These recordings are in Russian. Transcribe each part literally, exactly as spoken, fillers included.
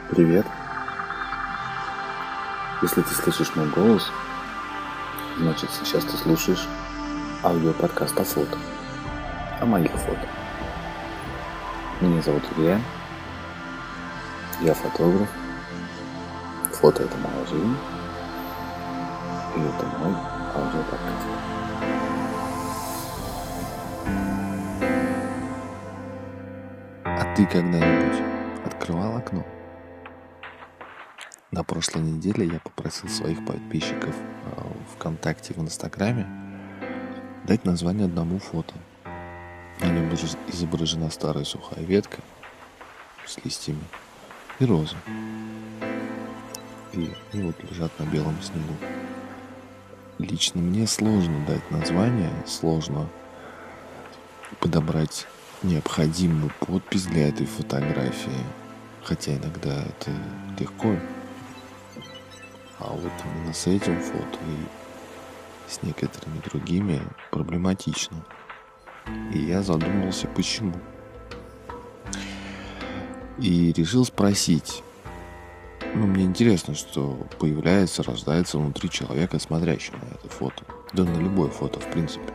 Привет. Если ты слышишь мой голос, значит сейчас ты слушаешь аудиоподкаст о фото, о моих фото. Меня зовут Илья, я фотограф. Фото — это моя жизнь, и это мой аудиоподкаст. А ты когда-нибудь открывал окно? На прошлой неделе я попросил своих подписчиков в ВКонтакте и в Инстаграме дать название одному фото. На нем изображена старая сухая ветка с листьями и розы. И они вот лежат на белом снегу. Лично мне сложно дать название, сложно подобрать необходимую подпись для этой фотографии. Хотя иногда это легко. А вот именно с этим фото и с некоторыми другими проблематично. И я задумался, почему. И решил спросить. Ну, мне интересно, что появляется, рождается внутри человека, смотрящего на это фото. Да на любое фото, в принципе.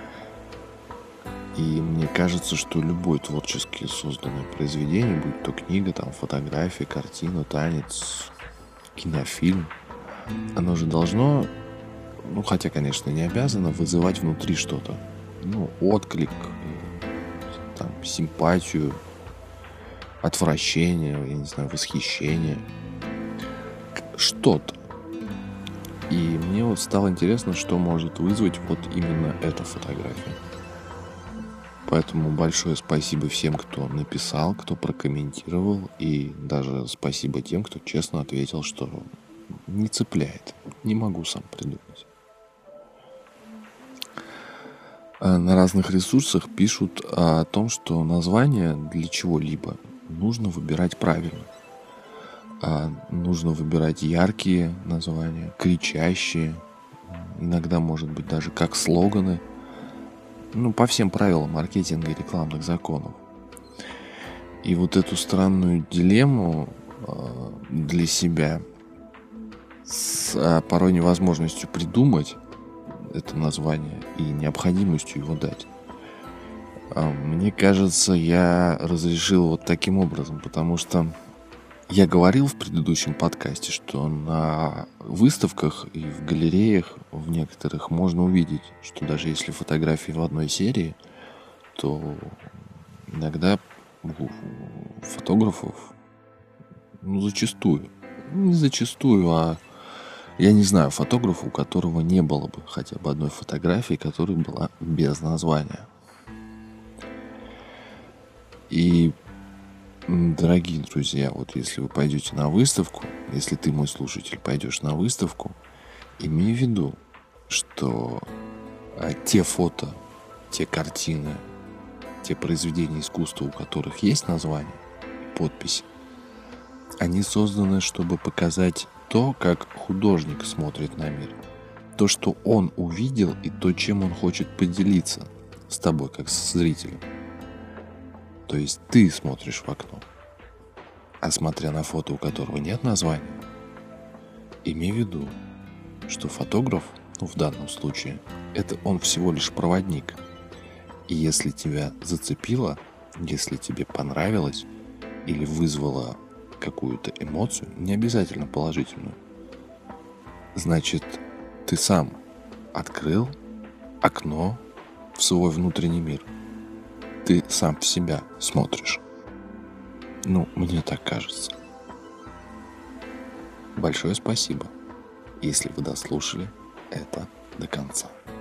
И мне кажется, что любое творчески созданное произведение, будь то книга, там, фотография, картина, танец, кинофильм, оно же должно, ну, хотя, конечно, не обязано, вызывать внутри что-то. Ну, отклик, там, симпатию, отвращение, я не знаю, восхищение. Что-то. И мне вот стало интересно, что может вызвать вот именно эта фотография. Поэтому большое спасибо всем, кто написал, кто прокомментировал, и даже спасибо тем, кто честно ответил, что не цепляет, не могу сам придумать. На разных ресурсах пишут о том, что название для чего-либо нужно выбирать правильно. Нужно выбирать яркие названия, кричащие, иногда, может быть, даже как слоганы. Ну, по всем правилам маркетинга и рекламных законов. И вот эту странную дилемму э, для себя с э, порой невозможностью придумать это название и необходимостью его дать, э, мне кажется, я разрешил вот таким образом, потому что я говорил в предыдущем подкасте, что на выставках и в галереях в некоторых можно увидеть, что даже если фотографии в одной серии, то иногда у фотографов, ну, зачастую, не зачастую, а я не знаю фотографа, у которого не было бы хотя бы одной фотографии, которая была без названия. И дорогие друзья, вот если вы пойдете на выставку, если ты, мой слушатель, пойдешь на выставку, имей в виду, что а, те фото, те картины, те произведения искусства, у которых есть название, подпись, они созданы, чтобы показать то, как художник смотрит на мир, то, что он увидел, и то, чем он хочет поделиться с тобой, как с зрителем. То есть ты смотришь в окно, а смотря на фото, у которого нет названия, имей в виду, что фотограф, ну, в данном случае, это он всего лишь проводник. И если тебя зацепило, если тебе понравилось или вызвало какую-то эмоцию, не обязательно положительную, значит, ты сам открыл окно в свой внутренний мир. Ты сам в себя смотришь. Ну, мне так кажется. Большое спасибо, если вы дослушали это до конца.